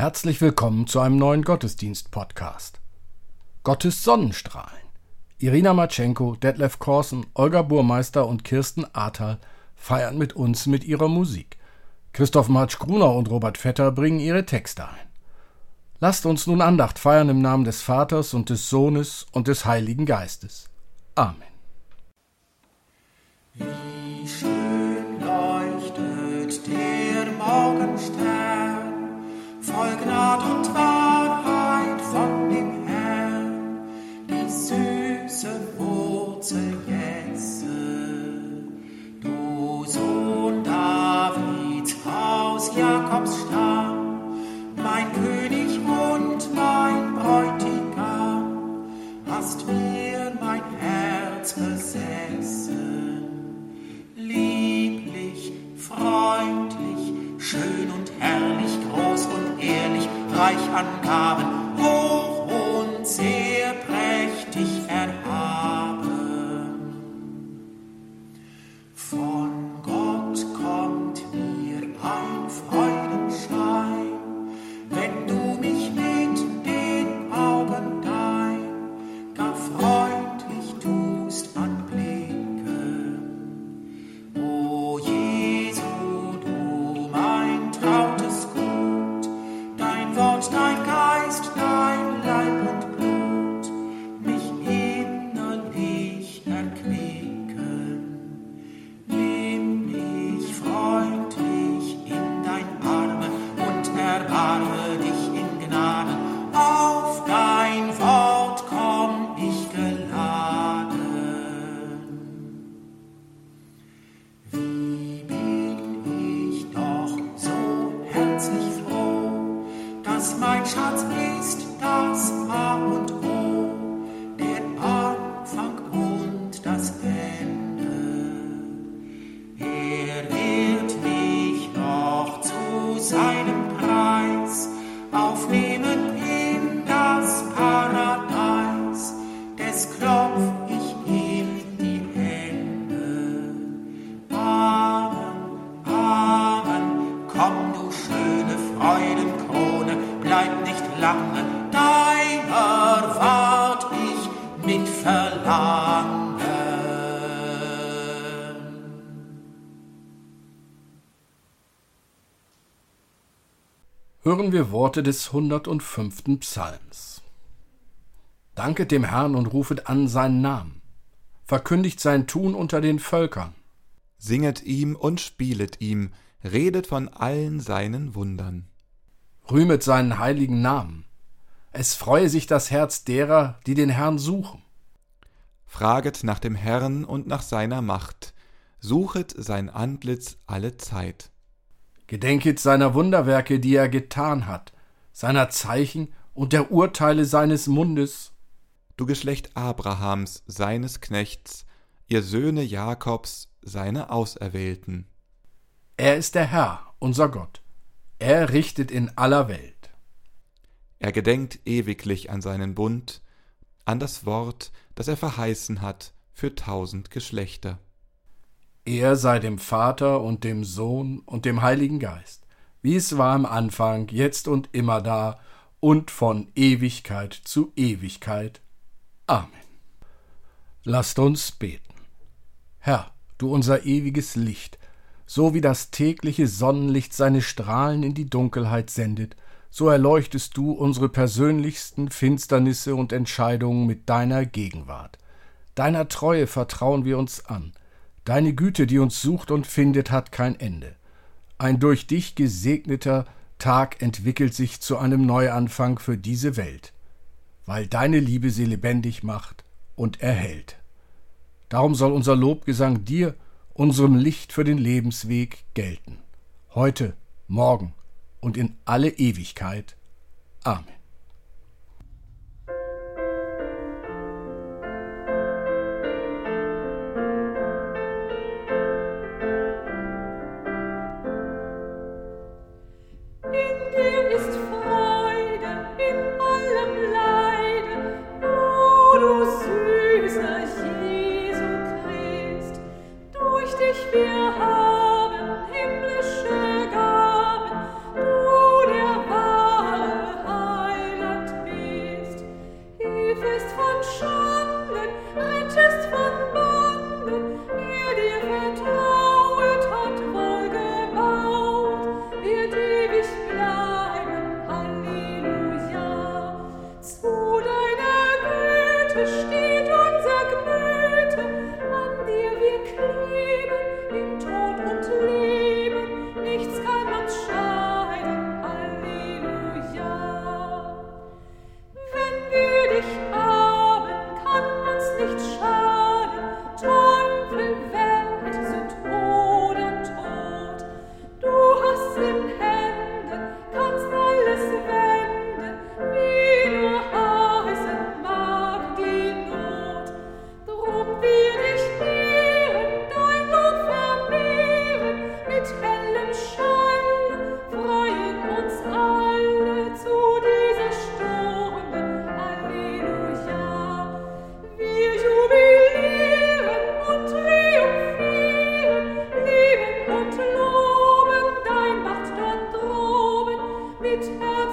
Herzlich willkommen zu einem neuen Gottesdienst-Podcast. Gottes Sonnenstrahlen. Irina Matschenko, Detlef Korsen, Olga Burmeister und Kirsten Ahrtal feiern mit uns mit ihrer Musik. Christoph Martsch-Gruner und Robert Vetter bringen ihre Texte ein. Lasst uns nun Andacht feiern im Namen des Vaters und des Sohnes und des Heiligen Geistes. Amen. Wie schön leuchtet der Morgenstern, voll Gnad und Wahrheit von dem Herrn, die süße Wurzel Jesse. Du Sohn Davids aus Jakobs Stamm, mein König und mein Bräutigam, hast mir mein Herz besessen. Lieblich, freundlich, schön und herrlich, groß und ehrlich, reich an Gaben, hoch und sehr prächtig erhaben. Von Gott kommt mir ein Freudenschein, wenn du mich mit den Augen dein gar freundlich tust anblicken. O Jesu, du mein trautes Gut, dein Wort, dein Geist, dein Leib und Blut mich innerlich erquicken. Nimm mich freundlich in dein Arme und erbarme dich in Gnade. Auf dein Wort komm ich geladen. Wie bin ich doch so herzlich froh, dass mein Schatz ist das A und O, der Anfang und das Ende. Er wird mich noch zu seinem Preis aufnehmen in das Paradies, des klopf ich ihm die Hände. Amen, Amen, komm du schöne Freudenkrone, bleib nicht lange, deiner wart ich mit Verlangen. Hören wir Worte des 105. Psalms. Danket dem Herrn und rufet an seinen Namen. Verkündigt sein Tun unter den Völkern. Singet ihm und spielet ihm, redet von allen seinen Wundern. Rühmet seinen heiligen Namen. Es freue sich das Herz derer, die den Herrn suchen. Fraget nach dem Herrn und nach seiner Macht, suchet sein Antlitz alle Zeit. Gedenket seiner Wunderwerke, die er getan hat, seiner Zeichen und der Urteile seines Mundes. Du Geschlecht Abrahams, seines Knechts, ihr Söhne Jakobs, seine Auserwählten. Er ist der Herr, unser Gott. Er richtet in aller Welt. Er gedenkt ewiglich an seinen Bund, an das Wort, das er verheißen hat für 1000 Geschlechter. Er sei dem Vater und dem Sohn und dem Heiligen Geist, wie es war am Anfang, jetzt und immer da und von Ewigkeit zu Ewigkeit. Amen. Lasst uns beten. Herr, du unser ewiges Licht, so wie das tägliche Sonnenlicht seine Strahlen in die Dunkelheit sendet, so erleuchtest du unsere persönlichsten Finsternisse und Entscheidungen mit deiner Gegenwart. Deiner Treue vertrauen wir uns an. Deine Güte, die uns sucht und findet, hat kein Ende. Ein durch dich gesegneter Tag entwickelt sich zu einem Neuanfang für diese Welt, weil deine Liebe sie lebendig macht und erhält. Darum soll unser Lobgesang dir, unserem Licht für den Lebensweg, gelten. Heute, morgen und in alle Ewigkeit. Amen. Wir haben himmlische Gaben, du der wahre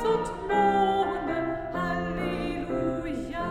und Monde, Halleluja.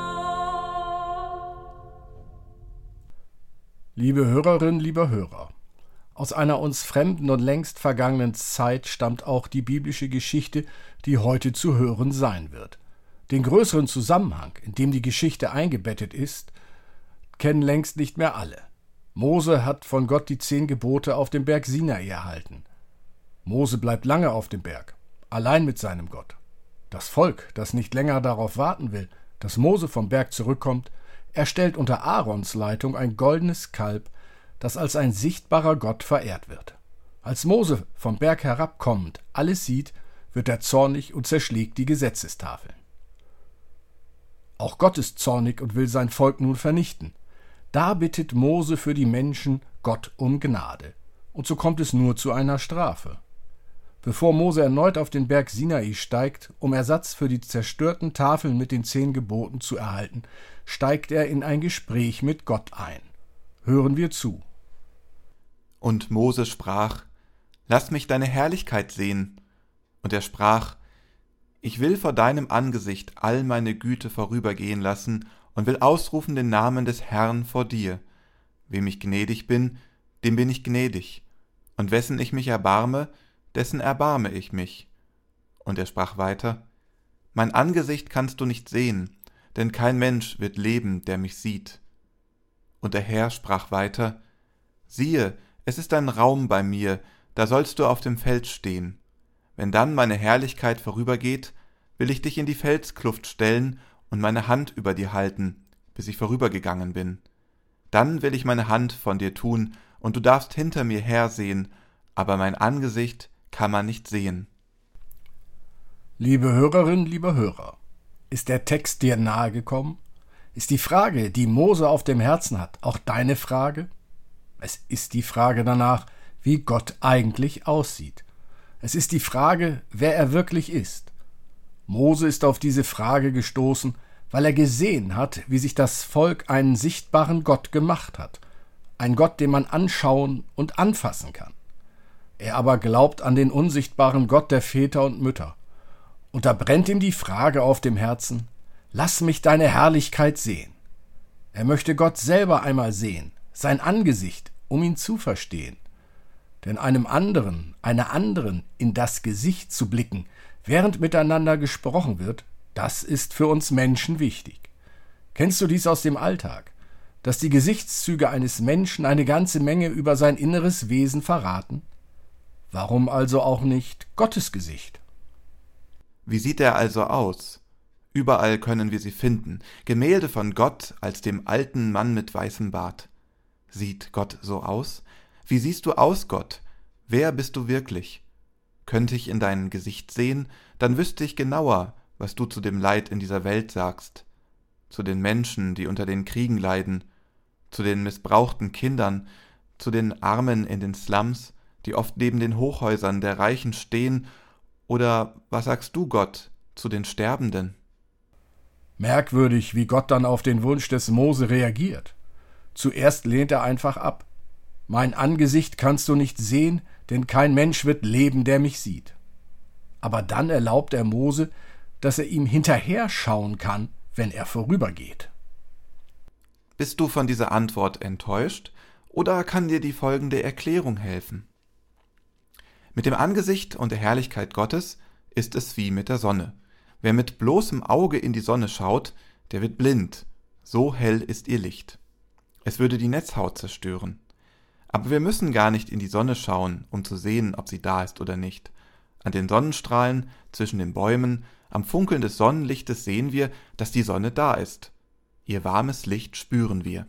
Liebe Hörerinnen, lieber Hörer, aus einer uns fremden und längst vergangenen Zeit stammt auch die biblische Geschichte, die heute zu hören sein wird. Den größeren Zusammenhang, in dem die Geschichte eingebettet ist, kennen längst nicht mehr alle. Mose hat von Gott die 10 Gebote auf dem Berg Sinai erhalten. Mose bleibt lange auf dem Berg, allein mit seinem Gott. Das Volk, das nicht länger darauf warten will, dass Mose vom Berg zurückkommt, erstellt unter Aarons Leitung ein goldenes Kalb, das als ein sichtbarer Gott verehrt wird. Als Mose vom Berg herabkommend alles sieht, wird er zornig und zerschlägt die Gesetzestafeln. Auch Gott ist zornig und will sein Volk nun vernichten. Da bittet Mose für die Menschen Gott um Gnade. Und so kommt es nur zu einer Strafe. Bevor Mose erneut auf den Berg Sinai steigt, um Ersatz für die zerstörten Tafeln mit den 10 Geboten zu erhalten, steigt er in ein Gespräch mit Gott ein. Hören wir zu. Und Mose sprach: Lass mich deine Herrlichkeit sehen. Und er sprach: Ich will vor deinem Angesicht all meine Güte vorübergehen lassen und will ausrufen den Namen des Herrn vor dir. Wem ich gnädig bin, dem bin ich gnädig. Und wessen ich mich erbarme, dessen erbarme ich mich. Und er sprach weiter: Mein Angesicht kannst du nicht sehen, denn kein Mensch wird leben, der mich sieht. Und der Herr sprach weiter: Siehe, es ist ein Raum bei mir, da sollst du auf dem Feld stehen. Wenn dann meine Herrlichkeit vorübergeht, will ich dich in die Felskluft stellen und meine Hand über dir halten, bis ich vorübergegangen bin. Dann will ich meine Hand von dir tun, und du darfst hinter mir hersehen, aber mein Angesicht kann man nicht sehen. Liebe Hörerinnen, lieber Hörer, ist der Text dir nahegekommen? Ist die Frage, die Mose auf dem Herzen hat, auch deine Frage? Es ist die Frage danach, wie Gott eigentlich aussieht. Es ist die Frage, wer er wirklich ist. Mose ist auf diese Frage gestoßen, weil er gesehen hat, wie sich das Volk einen sichtbaren Gott gemacht hat. Ein Gott, den man anschauen und anfassen kann. Er aber glaubt an den unsichtbaren Gott der Väter und Mütter. Und da brennt ihm die Frage auf dem Herzen: Lass mich deine Herrlichkeit sehen. Er möchte Gott selber einmal sehen, sein Angesicht, um ihn zu verstehen. Denn einem anderen, einer anderen in das Gesicht zu blicken, während miteinander gesprochen wird, das ist für uns Menschen wichtig. Kennst du dies aus dem Alltag, dass die Gesichtszüge eines Menschen eine ganze Menge über sein inneres Wesen verraten? Warum also auch nicht Gottes Gesicht? Wie sieht er also aus? Überall können wir sie finden. Gemälde von Gott als dem alten Mann mit weißem Bart. Sieht Gott so aus? Wie siehst du aus, Gott? Wer bist du wirklich? Könnte ich in dein Gesicht sehen, dann wüsste ich genauer, was du zu dem Leid in dieser Welt sagst, zu den Menschen, die unter den Kriegen leiden, zu den missbrauchten Kindern, zu den Armen in den Slums, die oft neben den Hochhäusern der Reichen stehen, oder was sagst du, Gott, zu den Sterbenden? Merkwürdig, wie Gott dann auf den Wunsch des Mose reagiert. Zuerst lehnt er einfach ab. Mein Angesicht kannst du nicht sehen, denn kein Mensch wird leben, der mich sieht. Aber dann erlaubt er Mose, dass er ihm hinterher schauen kann, wenn er vorübergeht. Bist du von dieser Antwort enttäuscht, oder kann dir die folgende Erklärung helfen? Mit dem Angesicht und der Herrlichkeit Gottes ist es wie mit der Sonne. Wer mit bloßem Auge in die Sonne schaut, der wird blind. So hell ist ihr Licht. Es würde die Netzhaut zerstören. Aber wir müssen gar nicht in die Sonne schauen, um zu sehen, ob sie da ist oder nicht. An den Sonnenstrahlen, zwischen den Bäumen, am Funkeln des Sonnenlichtes sehen wir, dass die Sonne da ist. Ihr warmes Licht spüren wir.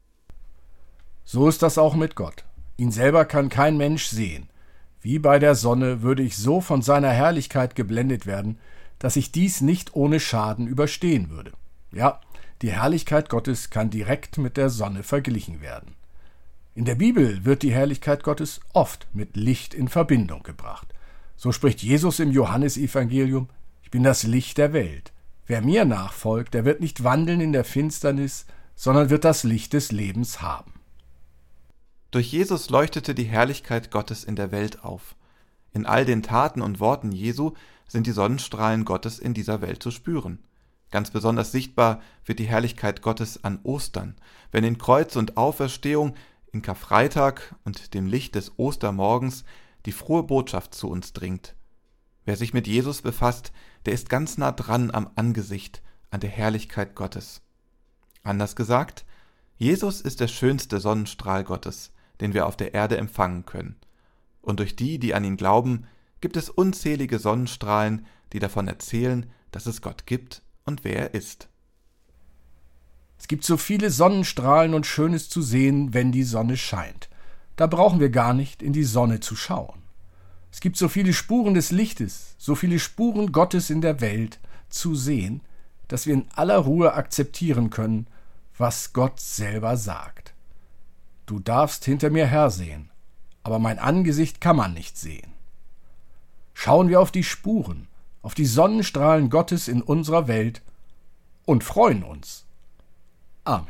So ist das auch mit Gott. Ihn selber kann kein Mensch sehen. Wie bei der Sonne würde ich so von seiner Herrlichkeit geblendet werden, dass ich dies nicht ohne Schaden überstehen würde. Ja, die Herrlichkeit Gottes kann direkt mit der Sonne verglichen werden. In der Bibel wird die Herrlichkeit Gottes oft mit Licht in Verbindung gebracht. So spricht Jesus im Johannesevangelium: Ich bin das Licht der Welt. Wer mir nachfolgt, der wird nicht wandeln in der Finsternis, sondern wird das Licht des Lebens haben. Durch Jesus leuchtete die Herrlichkeit Gottes in der Welt auf. In all den Taten und Worten Jesu sind die Sonnenstrahlen Gottes in dieser Welt zu spüren. Ganz besonders sichtbar wird die Herrlichkeit Gottes an Ostern, wenn in Kreuz und Auferstehung, in Karfreitag und dem Licht des Ostermorgens die frohe Botschaft zu uns dringt. Wer sich mit Jesus befasst, der ist ganz nah dran am Angesicht, an der Herrlichkeit Gottes. Anders gesagt, Jesus ist der schönste Sonnenstrahl Gottes, den wir auf der Erde empfangen können. Und durch die, die an ihn glauben, gibt es unzählige Sonnenstrahlen, die davon erzählen, dass es Gott gibt und wer er ist. Es gibt so viele Sonnenstrahlen und Schönes zu sehen, wenn die Sonne scheint. Da brauchen wir gar nicht in die Sonne zu schauen. Es gibt so viele Spuren des Lichtes, so viele Spuren Gottes in der Welt zu sehen, dass wir in aller Ruhe akzeptieren können, was Gott selber sagt. Du darfst hinter mir hersehen, aber mein Angesicht kann man nicht sehen. Schauen wir auf die Spuren, auf die Sonnenstrahlen Gottes in unserer Welt und freuen uns. Amen.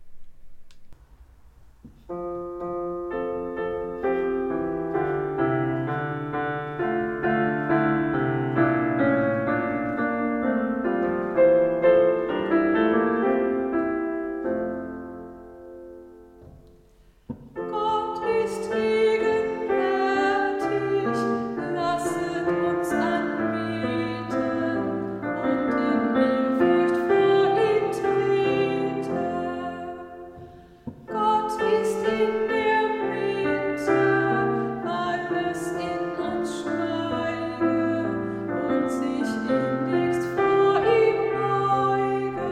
Gott ist gegenwärtig, lasset uns anbeten und in Ehrfurcht vor ihm treten. Gott ist in der Mitte, alles in uns schweige und sich innigst vor ihm beuge.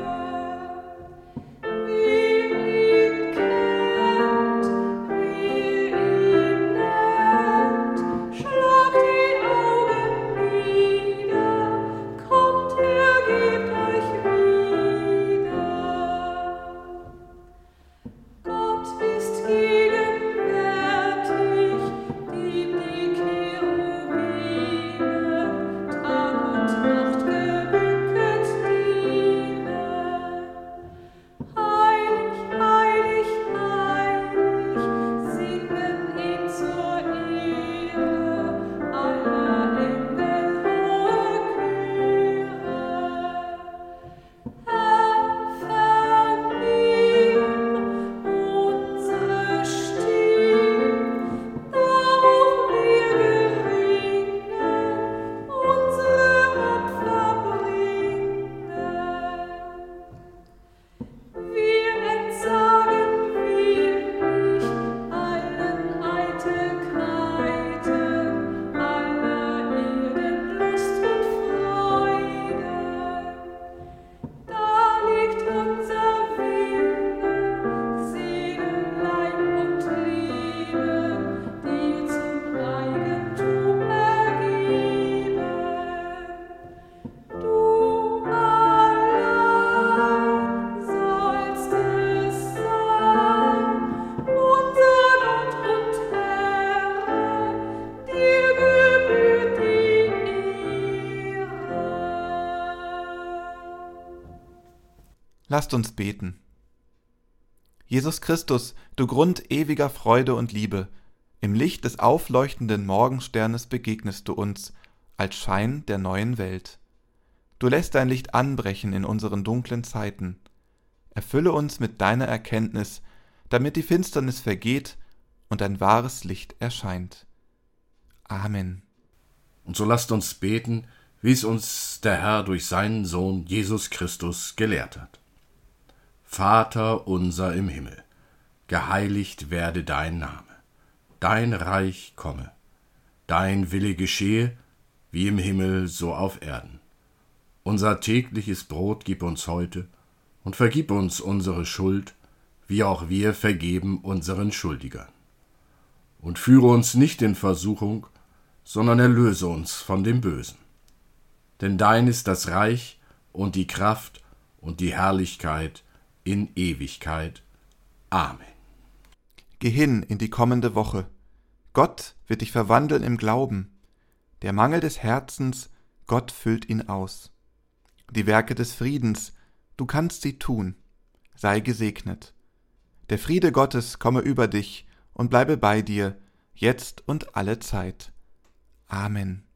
Wer ihn kennt, wer ihn nennt, schlagt die Augen nieder, kommt her, gebt euch wieder. Gott ist gegenwärtig, die Cherubine Tag und Nacht gebücket dienen. Heilig, heilig, heilig, singen ihm zur Ehre aller Engel hohe Chöre. Herr, vernimm unsere Stimme, da auch wir geringen unsere Opfer bringen. Wir entsagen willig allen Eitelkeiten, aller Erdenlust und Freude. Da liegt unser Wille, Seele, Leib und Leben, dir zum Eigentum ergeben. Du allein sollst es sein, unser Gott und Herr, dir gebührt die Ehre. Lasst uns beten. Jesus Christus, du Grund ewiger Freude und Liebe, im Licht des aufleuchtenden Morgensternes begegnest du uns als Schein der neuen Welt. Du lässt dein Licht anbrechen in unseren dunklen Zeiten. Erfülle uns mit deiner Erkenntnis, damit die Finsternis vergeht und ein wahres Licht erscheint. Amen. Und so lasst uns beten, wie es uns der Herr durch seinen Sohn Jesus Christus gelehrt hat. Vater unser im Himmel, geheiligt werde dein Name, dein Reich komme, dein Wille geschehe, wie im Himmel so auf Erden. Unser tägliches Brot gib uns heute und vergib uns unsere Schuld, wie auch wir vergeben unseren Schuldigern. Und führe uns nicht in Versuchung, sondern erlöse uns von dem Bösen. Denn dein ist das Reich und die Kraft und die Herrlichkeit in Ewigkeit. Amen. Geh hin in die kommende Woche. Gott wird dich verwandeln im Glauben. Der Mangel des Herzens, Gott füllt ihn aus. Die Werke des Friedens, du kannst sie tun. Sei gesegnet. Der Friede Gottes komme über dich und bleibe bei dir, jetzt und alle Zeit. Amen.